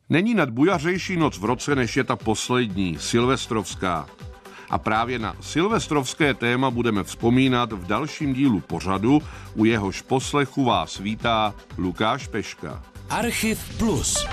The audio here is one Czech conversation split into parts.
Není nadbujařejší noc v roce, než je ta poslední, silvestrovská. A právě na silvestrovské téma budeme vzpomínat v dalším dílu pořadu, u jehož poslechu vás vítá Lukáš Peška. Archiv Plus.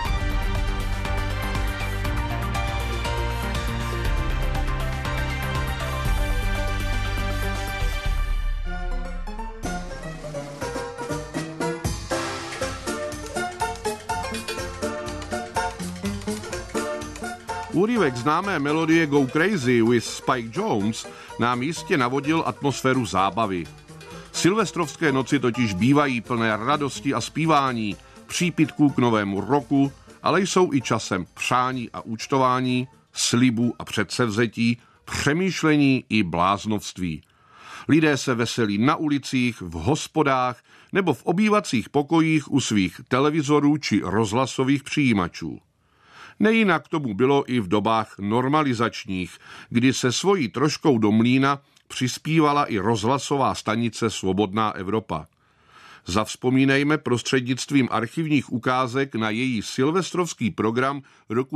Úryvek známé melodie Go Crazy with Spike Jones nám jistě navodil atmosféru zábavy. Silvestrovské noci totiž bývají plné radosti a zpívání, přípitků k novému roku, ale jsou i časem přání a účtování, slibů a předsevzetí, přemýšlení i bláznovství. Lidé se veselí na ulicích, v hospodách nebo v obývacích pokojích u svých televizorů či rozhlasových přijímačů. Nejinak tomu bylo i v dobách normalizačních, kdy se svojí troškou do mlýna přispívala i rozhlasová stanice Svobodná Evropa. Zavzpomínejme prostřednictvím archivních ukázek na její silvestrovský program roku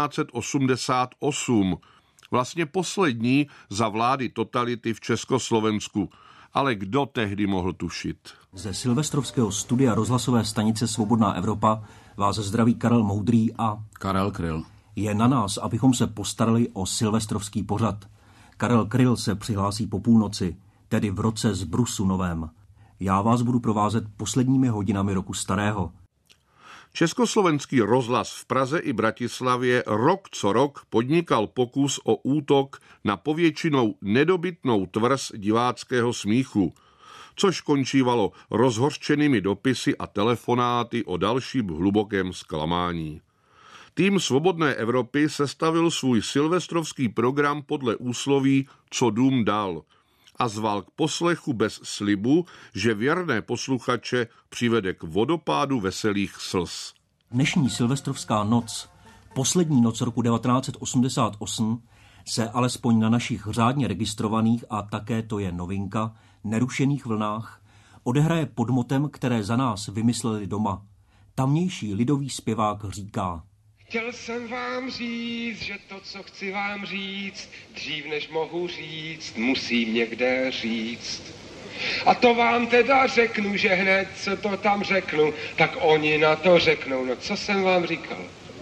1988, vlastně poslední za vlády totality v Československu. Ale kdo tehdy mohl tušit? Ze silvestrovského studia rozhlasové stanice Svobodná Evropa vás zdraví Karel Moudrý a Karel Kryl. Je na nás, abychom se postarali o silvestrovský pořad. Karel Kryl se přihlásí po půlnoci, tedy v roce z Brusu novém. Já vás budu provázet posledními hodinami roku starého. Československý rozhlas v Praze i Bratislavě rok co rok podnikal pokus o útok na povětšinou nedobytnou tvrz diváckého smíchu, což končívalo rozhořčenými dopisy a telefonáty o dalším hlubokém zklamání. Tým Svobodné Evropy sestavil svůj silvestrovský program podle úsloví Co dům dal a zval k poslechu bez slibu, že věrné posluchače přivede k vodopádu veselých slz. Dnešní silvestrovská noc, poslední noc roku 1988, se alespoň na našich řádně registrovaných, a také to je novinka, nerušených vlnách, odehraje pod motem, které za nás vymysleli doma. Tamnější lidový zpěvák říká: Chtěl jsem vám říct, že to, co chci vám říct, dřív než mohu říct, musím někde říct. A to vám teda řeknu, že hned, co to tam řeknu, tak oni na to řeknou. No, co jsem vám říkal?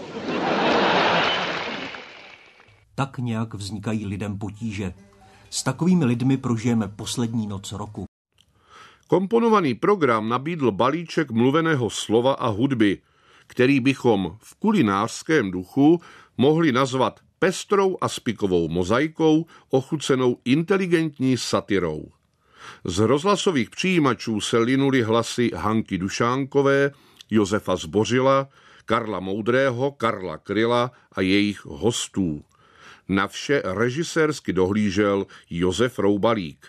Tak nějak vznikají lidem potíže. S takovými lidmi prožijeme poslední noc roku. Komponovaný program nabídl balíček mluveného slova a hudby, který bychom v kulinářském duchu mohli nazvat pestrou a spikovou mozaikou, ochucenou inteligentní satirou. Z rozhlasových přijímačů se linuly hlasy Hanky Dušánkové, Josefa Zbořila, Karla Moudrého, Karla Kryla a jejich hostů. Na vše režisérsky dohlížel Josef Roubalík.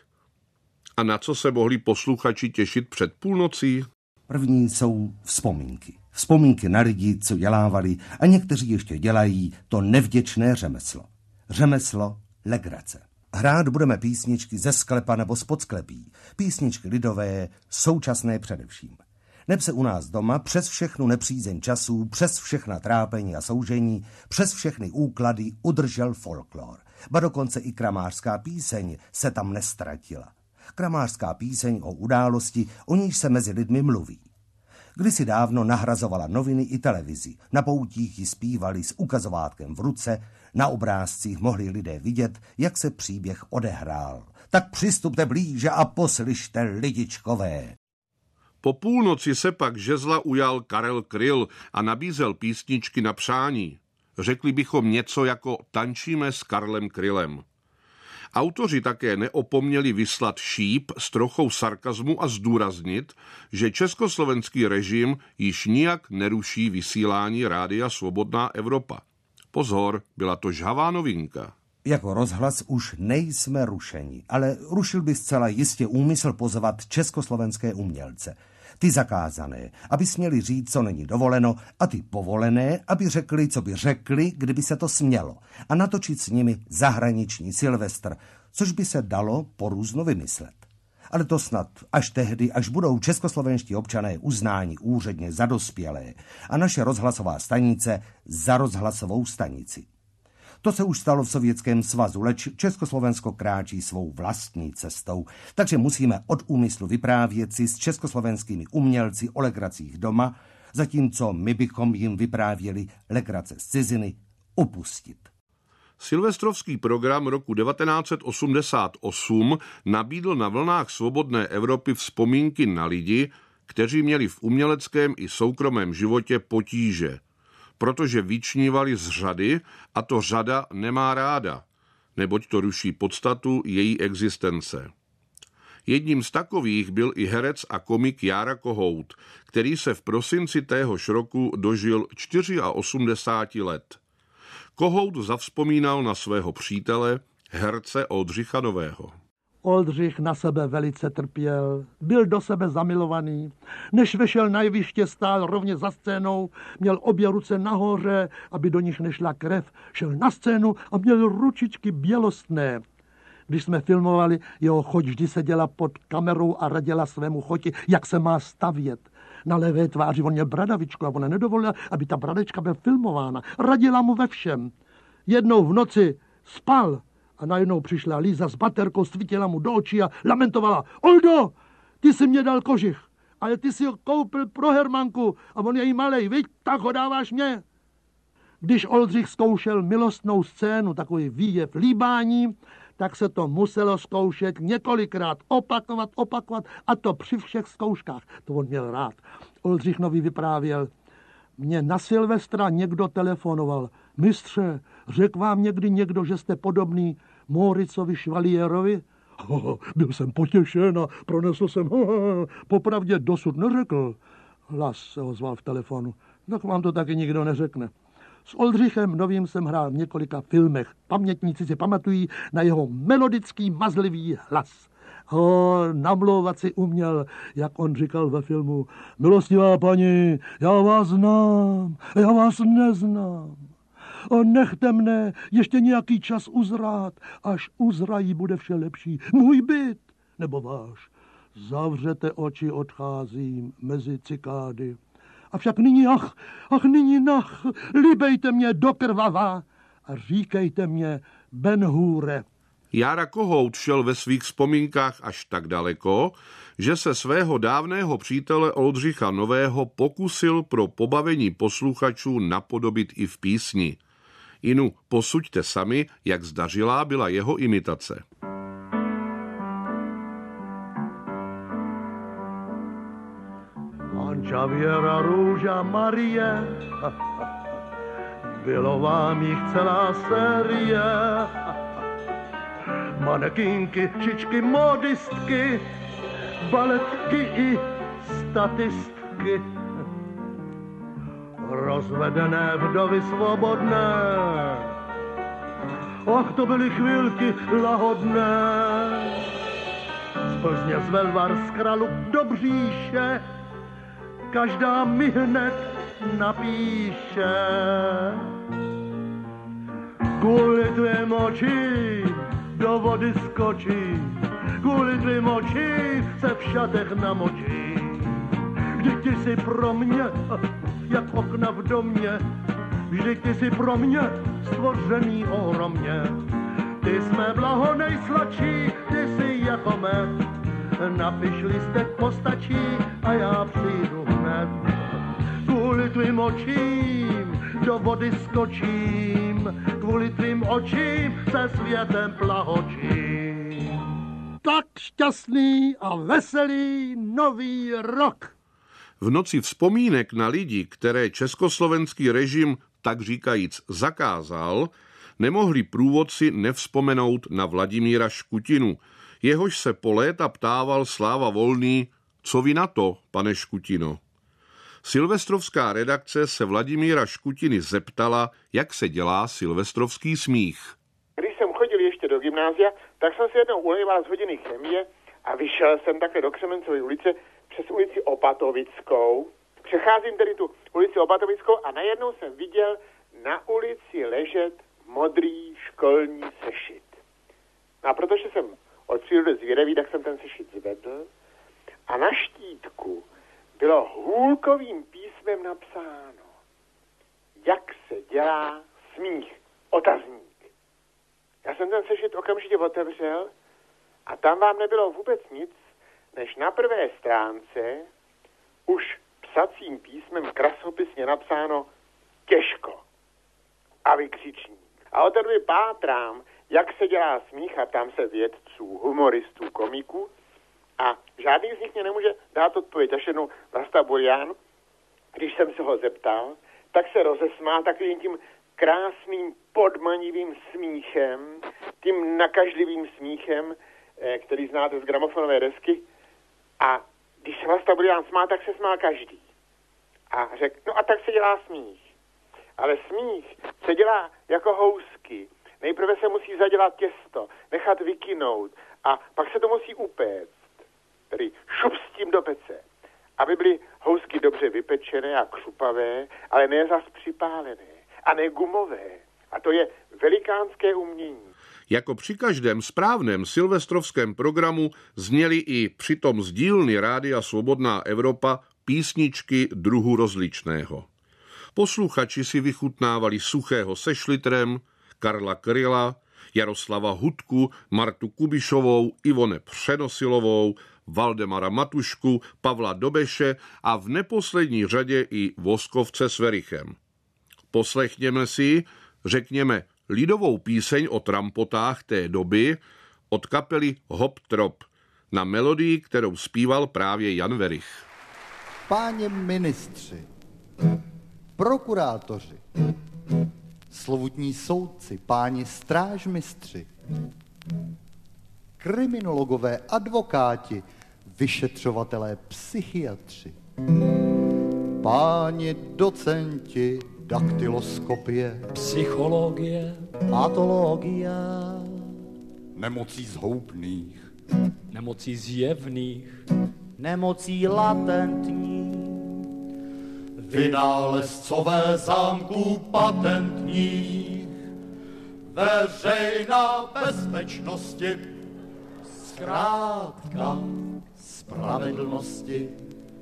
A na co se mohli posluchači těšit před půlnocí? První jsou vzpomínky. Vzpomínky na lidi, co dělávali, a někteří ještě dělají to nevděčné řemeslo. Řemeslo legrace. Hrát budeme písničky ze sklepa nebo spod sklepí. Písničky lidové, současné především. Neb se u nás doma přes všechnu nepřízeň časů, přes všechna trápení a soužení, přes všechny úklady udržel folklor. Ba dokonce i kramářská píseň se tam nestratila. Kramářská píseň o události, o níž se mezi lidmi mluví. Kdysi dávno nahrazovala noviny i televizi. Na poutích ji zpívali s ukazovátkem v ruce, na obrázcích mohli lidé vidět, jak se příběh odehrál. Tak přistupte blíže a poslyšte, lidičkové. Po půlnoci se pak žezla ujal Karel Kryl a nabízel písničky na přání. Řekli bychom něco jako Tančíme s Karlem Krylem. Autoři také neopomněli vyslat šíp s trochou sarkazmu a zdůraznit, že československý režim již nijak neruší vysílání Rádia Svobodná Evropa. Pozor, byla to žhavá novinka. Jako rozhlas už nejsme rušeni, ale rušil by zcela jistě úmysl pozvat československé umělce. Ty zakázané, aby směli říct, co není dovoleno, a ty povolené, aby řekli, co by řekli, kdyby se to smělo, a natočit s nimi zahraniční Silvestr, což by se dalo porůzno vymyslet. Ale to snad až tehdy, až budou českoslovenští občané uznáni úředně za dospělé a naše rozhlasová stanice za rozhlasovou stanici. To se už stalo v Sovětském svazu, leč Československo kráčí svou vlastní cestou, takže musíme od úmyslu vyprávět si s československými umělci o legracích doma, zatímco my bychom jim vyprávěli legrace z ciziny, upustit. Silvestrovský program roku 1988 nabídl na vlnách svobodné Evropy vzpomínky na lidi, kteří měli v uměleckém i soukromém životě potíže, protože vyčnívali z řady a to řada nemá ráda, neboť to ruší podstatu její existence. Jedním z takových byl i herec a komik Jára Kohout, který se v prosinci téhož roku dožil 84 let. Kohout zavzpomínal na svého přítele, herce Oldřicha Nového. Oldřich na sebe velice trpěl, byl do sebe zamilovaný. Než vešel na jeviště, stál rovně za scénou, měl obě ruce nahoře, aby do nich nešla krev, šel na scénu a měl ručičky bělostné. Když jsme filmovali, jeho choť vždy seděla pod kamerou a radila svému choti, jak se má stavět. Na levé tváři on měl bradavičku a ona nedovolila, aby ta bradečka byla filmována. Radila mu ve všem. Jednou v noci spal a najednou přišla Líza s baterkou, svítila mu do očí a lamentovala. Oldo, ty jsi mě dal kožich, ale ty si ho koupil pro Hermanku a on je jí malej, viď, tak ho dáváš mě. Když Oldřich zkoušel milostnou scénu, takový výjev líbání, tak se to muselo zkoušet několikrát, opakovat a to při všech zkouškách. To on měl rád. Oldřich Nový vyprávěl, mě na Silvestra někdo telefonoval. Mistře, řekl vám někdy někdo, že jste podobný Moricovi Švalierovi? Byl jsem potěšen a pronesl jsem, popravdě dosud neřekl. Hlas se ozval v telefonu. Tak vám to taky nikdo neřekne. S Oldřichem Novým jsem hrál v několika filmech. Pamětníci si pamatují na jeho melodický, mazlivý hlas. Namlouvat si uměl, jak on říkal ve filmu. Milostivá paní, já vás znám, já vás neznám. Nechte mne ještě nějaký čas uzrát, až uzrají, bude vše lepší. Můj byt, nebo váš. Zavřete oči, odcházím mezi cikády. Avšak nyní, nyní líbejte mě do krvava a říkejte mě Ben Hůre. Jára Kohout šel ve svých vzpomínkách až tak daleko, že se svého dávného přítele Oldřicha Nového pokusil pro pobavení posluchačů napodobit i v písni. Inu, posuďte sami, jak zdařilá byla jeho imitace. Ančavěra, růža, Marie, bylo vám jich celá série. Manekínky, šičky, modistky, baletky i statistky. Rozvedené vdovy svobodné, ach, to byly chvilky lahodné. Z Plzně, z Velvar, z Kralu do Bříše, každá mi hned napíše. Kvůli tvým očím do vody skočí, kvůli tvým očím se v šatech namočí. Vždyť ty jsi pro mě, jak okna v domě, vždyť ty jsi pro mě stvořený ohromně. Ty jsme blaho nejsladší, ty jsi jako med, napiš listek postačí a já přijdu hned. Kvůli tvým očím do vody skočím, kvůli tvým očím se světem plahočím. Tak šťastný a veselý nový rok. V noci vzpomínek na lidi, které československý režim, tak říkajíc, zakázal, nemohli průvodci nevzpomenout na Vladimíra Škutinu, jehož se po léta ptával Sláva Volný, co vy na to, pane Škutino? Silvestrovská redakce se Vladimíra Škutiny zeptala, jak se dělá silvestrovský smích. Když jsem chodil ještě do gymnázia, tak jsem si jednou ulejval z hodiny chemie a vyšel jsem také do Křemencovy ulice přes ulici Opatovickou. Přecházím tedy tu ulici Opatovickou a najednou jsem viděl na ulici ležet modrý školní sešit. A protože jsem od přírody zvědavý, tak jsem ten sešit zvedl a na štítku bylo hůlkovým písmem napsáno, jak se dělá smích, otazník. Já jsem ten sešit okamžitě otevřel a tam vám nebylo vůbec nic, než na prvé stránce už psacím písmem krasopisně napsáno těžko a vykřičník. A od té doby pátrám, jak se dělá smích a tam se vědců, humoristů, komiků a žádný z nich mě nemůže dát odpověď. Až jednou Vlasta Burian, když jsem se ho zeptal, tak se rozesmál takovým tím krásným podmanivým smíchem, tím nakažlivým smíchem, který znáte z gramofonové desky. A když se Vlasta Burian smál, tak se smál každý. A řekl, no a tak se dělá smích. Ale smích se dělá jako housky. Nejprve se musí zadělat těsto, nechat vykynout a pak se to musí upéct. Tedy šup s tím do pece. Aby byly housky dobře vypečené a křupavé, ale ne zas připálené a ne gumové. A to je velikánské umění. Jako při každém správném silvestrovském programu zněly i přitom z dílny Rádia Svobodná Evropa písničky druhu rozličného. Posluchači si vychutnávali Suchého se Šlitrem, Karla Kryla, Jaroslava Hudku, Martu Kubišovou, Ivone Přenosilovou, Valdemara Matušku, Pavla Dobeše a v neposlední řadě i Voskovce s Verichem. Poslechněme si, řekněme, lidovou píseň o trampotách té doby od kapely Hop Trop na melodii, kterou zpíval právě Jan Verich. Páni ministři, prokurátoři, slovutní soudci, páni strážmistři, kriminologové, advokáti, vyšetřovatelé, psychiatři, páni docenti, daktyloskopie, Psychologie, patologie, nemocí zhoubných, nemocí zjevných, nemocí latentní, vynálezcové zámků patentních, veřejná bezpečnosti, zkrátka spravedlnosti.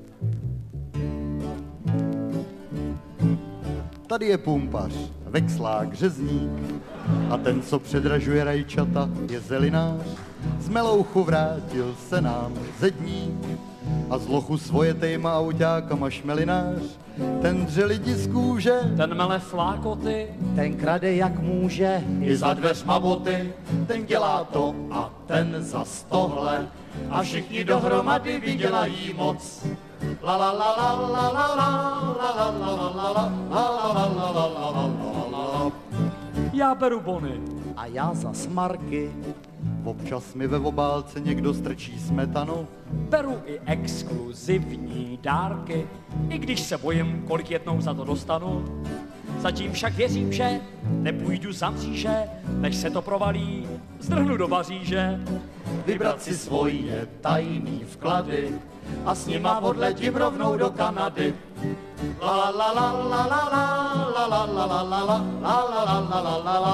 Tady je pumpař, vexlák, řezník a ten, co předražuje rajčata, je zelinář. Z melouchu vrátil se nám zedník a z lochu svoje tejma auťákama šmelinář. Ten dře lidi z kůže, ten mele flákoty, ten krade jak může, i za dveřma boty, ten dělá to a ten zas tohle a všichni dohromady vydělají moc. La la la la la la la la la la la la la la la la. já beru bony. A já zas marky. Občas mi ve obálce někdo strčí smetanu. Beru i exkluzivní dárky, i když se bojím, kolik jednou za to dostanu. Zatím však věřím, že nepůjdu za mříže, než se to provalí, zdrhnu do vaříže. Vybrat si svoje tajný vklady a s nima odletím rovnou do Kanady. La la la la la la la la la la la la la la la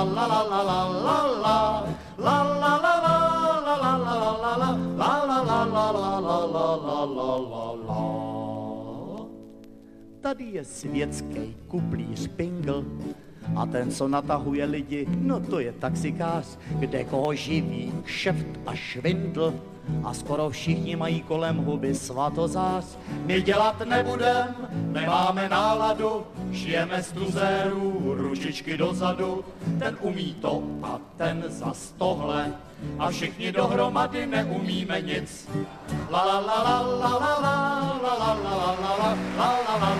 la la. Tady je světský kuplíř Pingl a ten, co natahuje lidi, no to je taxikář, kde koho živí kšeft a švindl. A skoro všichni mají kolem huby svatozář. My dělat nebudem, nemáme náladu, žijeme z tuzérů, ručičky dozadu. Ten umí to a ten zas tohle a všichni dohromady neumíme nic. La la la la la la la la la la la la la la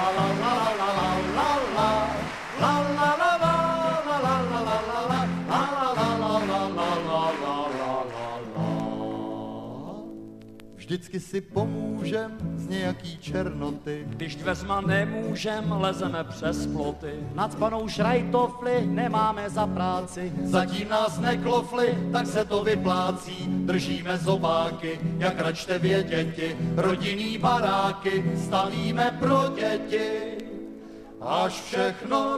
vždycky si pomůžem z nějaký černoty. Když dveřma nemůžem, lezeme přes ploty. Nacpanou šrajtofli nemáme za práci. Zatím nás neklofli, tak se to vyplácí. Držíme zobáky, jak račtevě děti. Rodinný baráky stavíme pro děti. Až všechno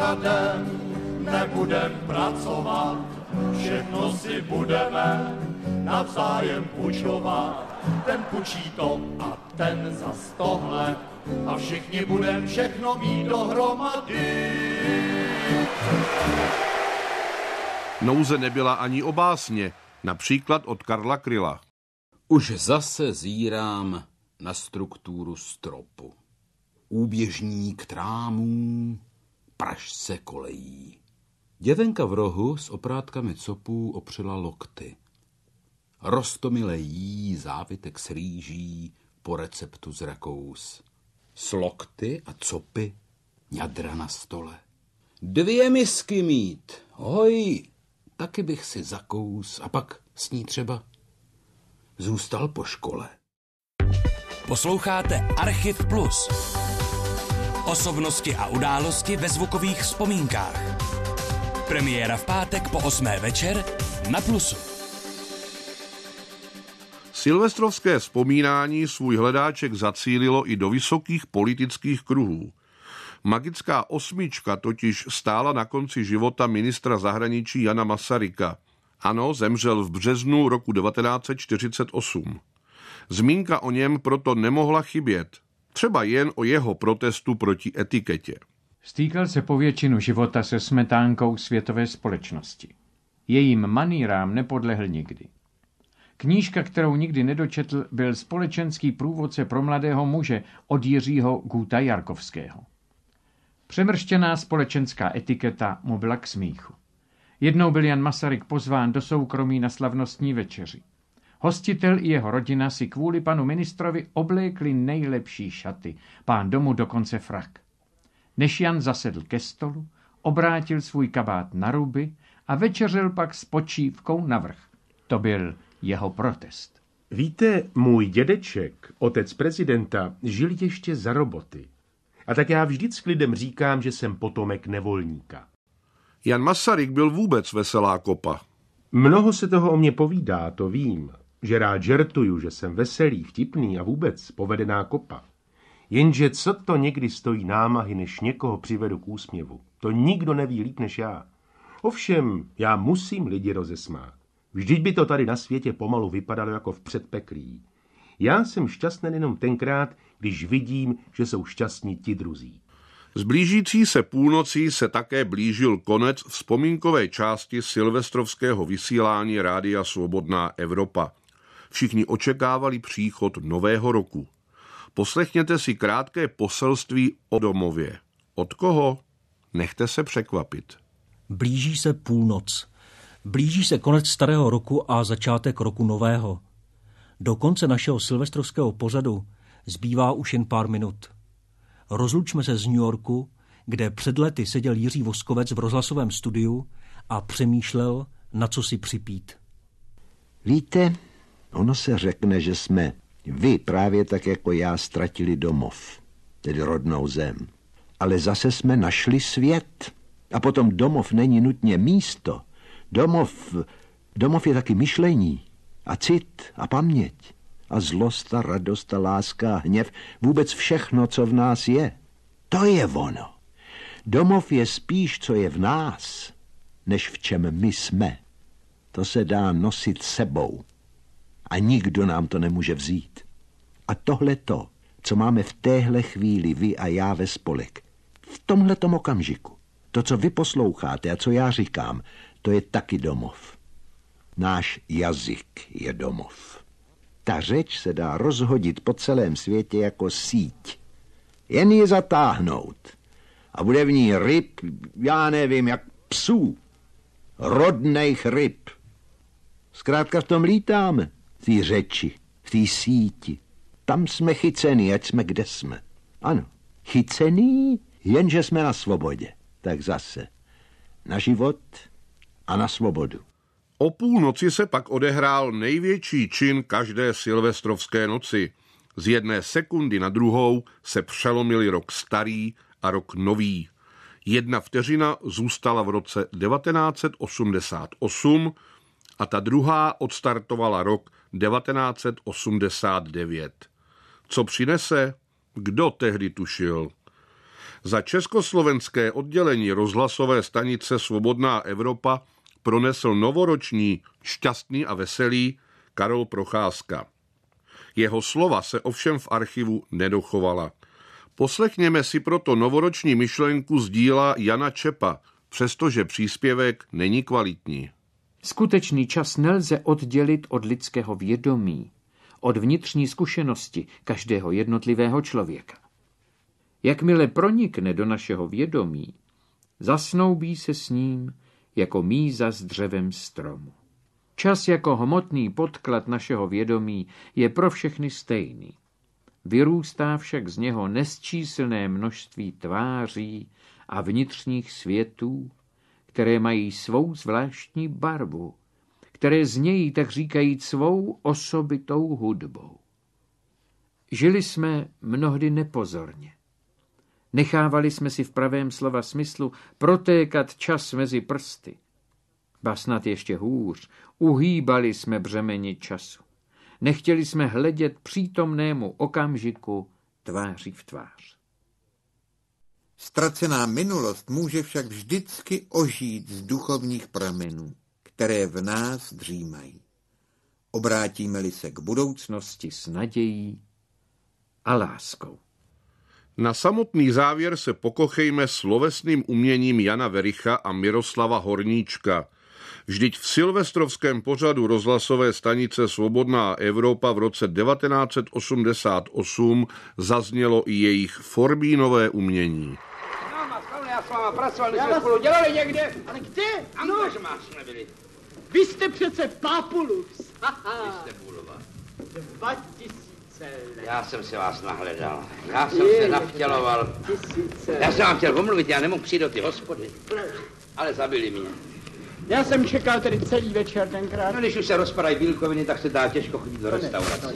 rozkradem, nebudem pracovat. Všechno si budeme navzájem půjčovat. Ten půjčí to a ten zas tohle a všichni budem všechno mít dohromady. Nouze nebyla ani o básně, například od Karla Kryla. Už zase zírám na strukturu stropu. Úběžník trámů, pražce kolejí. Děvenka v rohu s oprátkami copů opřela lokty. Roztomile jí závitek s rýží po receptu z Rakous. S lokty a copy ňadra na stole. 2 misky mít, hoj, taky bych si zakous a pak s ní třeba zůstal po škole. Posloucháte Archiv Plus. Osobnosti a události ve zvukových vzpomínkách. Premiéra v pátek po 8. večer na Plusu. Silvestrovské vzpomínání svůj hledáček zacílilo i do vysokých politických kruhů. Magická 8 totiž stála na konci života ministra zahraničí Jana Masaryka. Ano, zemřel v březnu roku 1948. Zmínka o něm proto nemohla chybět. Třeba jen o jeho protestu proti etiketě. Stýkal se po většinu života se smetánkou světové společnosti. Jejím manýrám nepodlehl nikdy. Knížka, kterou nikdy nedočetl, byl Společenský průvodce pro mladého muže od Jiřího Guta Jarkovského. Přemrštěná společenská etiketa mu byla k smíchu. Jednou byl Jan Masaryk pozván do soukromí na slavnostní večeři. Hostitel i jeho rodina si kvůli panu ministrovi oblékli nejlepší šaty, pán domu dokonce frak. Než Jan zasedl ke stolu, obrátil svůj kabát na ruby a večeřel pak s počívkou navrch. To byl jeho protest. Víte, můj dědeček, otec prezidenta, žil ještě za roboty. A tak já vždycky lidem říkám, že jsem potomek nevolníka. Jan Masaryk byl vůbec veselá kopa. Mnoho se toho o mě povídá, to vím. Že rád žertuju, že jsem veselý, vtipný a vůbec povedená kopa. Jenže co to někdy stojí námahy, než někoho přivedu k úsměvu. To nikdo neví líp než já. Ovšem, já musím lidi rozesmát. Vždyť by to tady na světě pomalu vypadalo jako v předpeklí. Já jsem šťastný jenom tenkrát, když vidím, že jsou šťastní ti druzí. S blížící se půlnocí se také blížil konec vzpomínkové části silvestrovského vysílání Rádia Svobodná Evropa. Všichni očekávali příchod nového roku. Poslechněte si krátké poselství o domově. Od koho? Nechte se překvapit. Blíží se půlnoc. Blíží se konec starého roku a začátek roku nového. Do konce našeho silvestrovského pořadu zbývá už jen pár minut. Rozlučme se z New Yorku, kde před lety seděl Jiří Voskovec v rozhlasovém studiu a přemýšlel, na co si připít. Víte, ono se řekne, že jsme vy právě tak jako já ztratili domov, tedy rodnou zem. Ale zase jsme našli svět. A potom domov není nutně místo. Domov je taky myšlení a cit a paměť a zlost a radost a láska a hněv, vůbec všechno, co v nás je. To je ono. Domov je spíš, co je v nás, než v čem my jsme. To se dá nosit sebou a nikdo nám to nemůže vzít. A tohleto, co máme v téhle chvíli vy a já ve spolek, v tomhletom okamžiku, to, co vy posloucháte a co já říkám, to je taky domov. Náš jazyk je domov. Ta řeč se dá rozhodit po celém světě jako síť. Jen ji zatáhnout. A bude v ní ryb, já nevím, jak psů. Rodných ryb. Zkrátka v tom lítáme. V té řeči, v té síti. Tam jsme chycený, ať jsme kde jsme. Ano, chycený, jenže jsme na svobodě. Tak zase na život a na svobodu. O půlnoci se pak odehrál největší čin každé silvestrovské noci. Z jedné sekundy na druhou se přelomil rok starý a rok nový. 1 vteřina zůstala v roce 1988 a ta druhá odstartovala rok 1989. Co přinese? Kdo tehdy tušil? Za československé oddělení rozhlasové stanice Svobodná Evropa pronesl novoroční, šťastný a veselý Karol Procházka. Jeho slova se ovšem v archivu nedochovala. Poslechněme si proto novoroční myšlenku z díla Jana Čepa, přestože příspěvek není kvalitní. Skutečný čas nelze oddělit od lidského vědomí, od vnitřní zkušenosti každého jednotlivého člověka. Jakmile pronikne do našeho vědomí, zasnoubí se s ním jako míza s dřevem stromu. Čas jako hmotný podklad našeho vědomí je pro všechny stejný. Vyrůstá však z něho nesčíslné množství tváří a vnitřních světů, které mají svou zvláštní barvu, které znějí, tak říkajíc, svou osobitou hudbou. Žili jsme mnohdy nepozorně. Nechávali jsme si v pravém slova smyslu protékat čas mezi prsty. Ba snad ještě hůř, uhýbali jsme břemeni času. Nechtěli jsme hledět přítomnému okamžiku tváří v tvář. Ztracená minulost může však vždycky ožít z duchovních pramenů, které v nás dřímají. Obrátíme-li se k budoucnosti s nadějí a láskou. Na samotný závěr se pokochejme slovesným uměním Jana Wericha a Miroslava Horníčka. Vždyť v silvestrovském pořadu rozhlasové stanice Svobodná Evropa v roce 1988 zaznělo i jejich forbínové umění. Já s váma pracoval, my jsme spolu dělali někde. Ale kde? Angažmá jsme byli. Vy jste přece Pápulus. Vy jste Bulva. 2000 let. Já jsem se vás nahledal. Já jsem se navtěloval. Já jsem vám chtěl pomluvit, já nemohu přijít do ty hospody. Ale zabili mě. Já jsem čekal tedy celý večer tenkrát. No, když už se rozpadají bílkoviny, tak se dá těžko chodit do restaurace.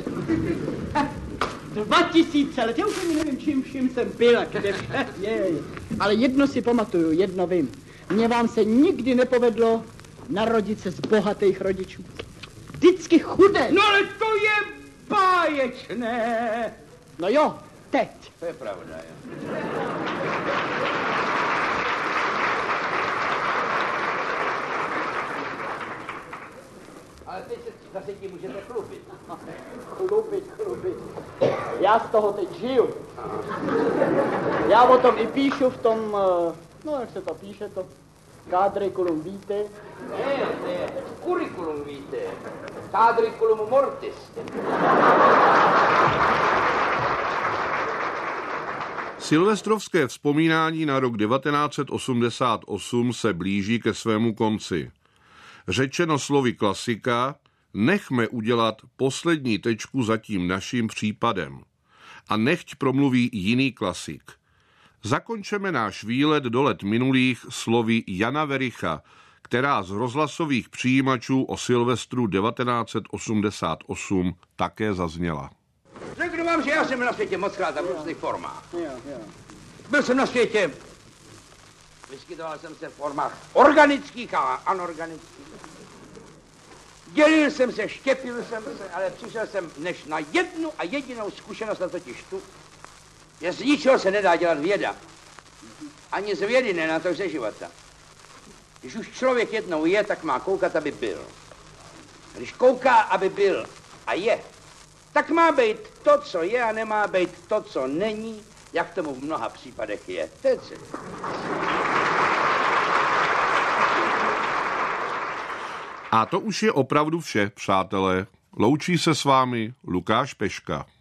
2000 let, já už ani nevím, čím vším jsem byl a kde. Ale jedno si pamatuju, jedno vím. Mně vám se nikdy nepovedlo narodit se z bohatých rodičů. Vždycky chudé. No ale to je báječné. No jo, teď. To je pravda, jo. Ale teď se zase tím můžete chlubit. Chlubit. Já z toho teď žiju. Já o tom i píšu v tom, no jak se to píše, to Quadriculum vitae. Ne, to je curriculum vitae. Quadriculum mortis. Silvestrovské vzpomínání na rok 1988 se blíží ke svému konci. Řečeno slovy klasika, nechme udělat poslední tečku za tím naším případem. A nechť promluví jiný klasik. Zakončeme náš výlet do let minulých slovy Jana Wericha, která z rozhlasových přijímačů o Silvestru 1988 také zazněla. Řeknu vám, že já jsem na světě mockrát v různých formách. Byl jsem na světě, vyskytoval jsem se v formách organických a anorganických. Dělil jsem se, štěpil jsem se, ale přišel jsem než na jednu a jedinou zkušenost, a totiž tu, že z ničeho se nedá dělat věda. Ani z vědy ne, na to ze života. Když už člověk jednou je, tak má koukat, aby byl. A když kouká, aby byl a je, tak má být to, co je, a nemá být to, co není, jak tomu v mnoha případech je. To je celé. A to už je opravdu vše, přátelé. Loučí se s vámi Lukáš Peška.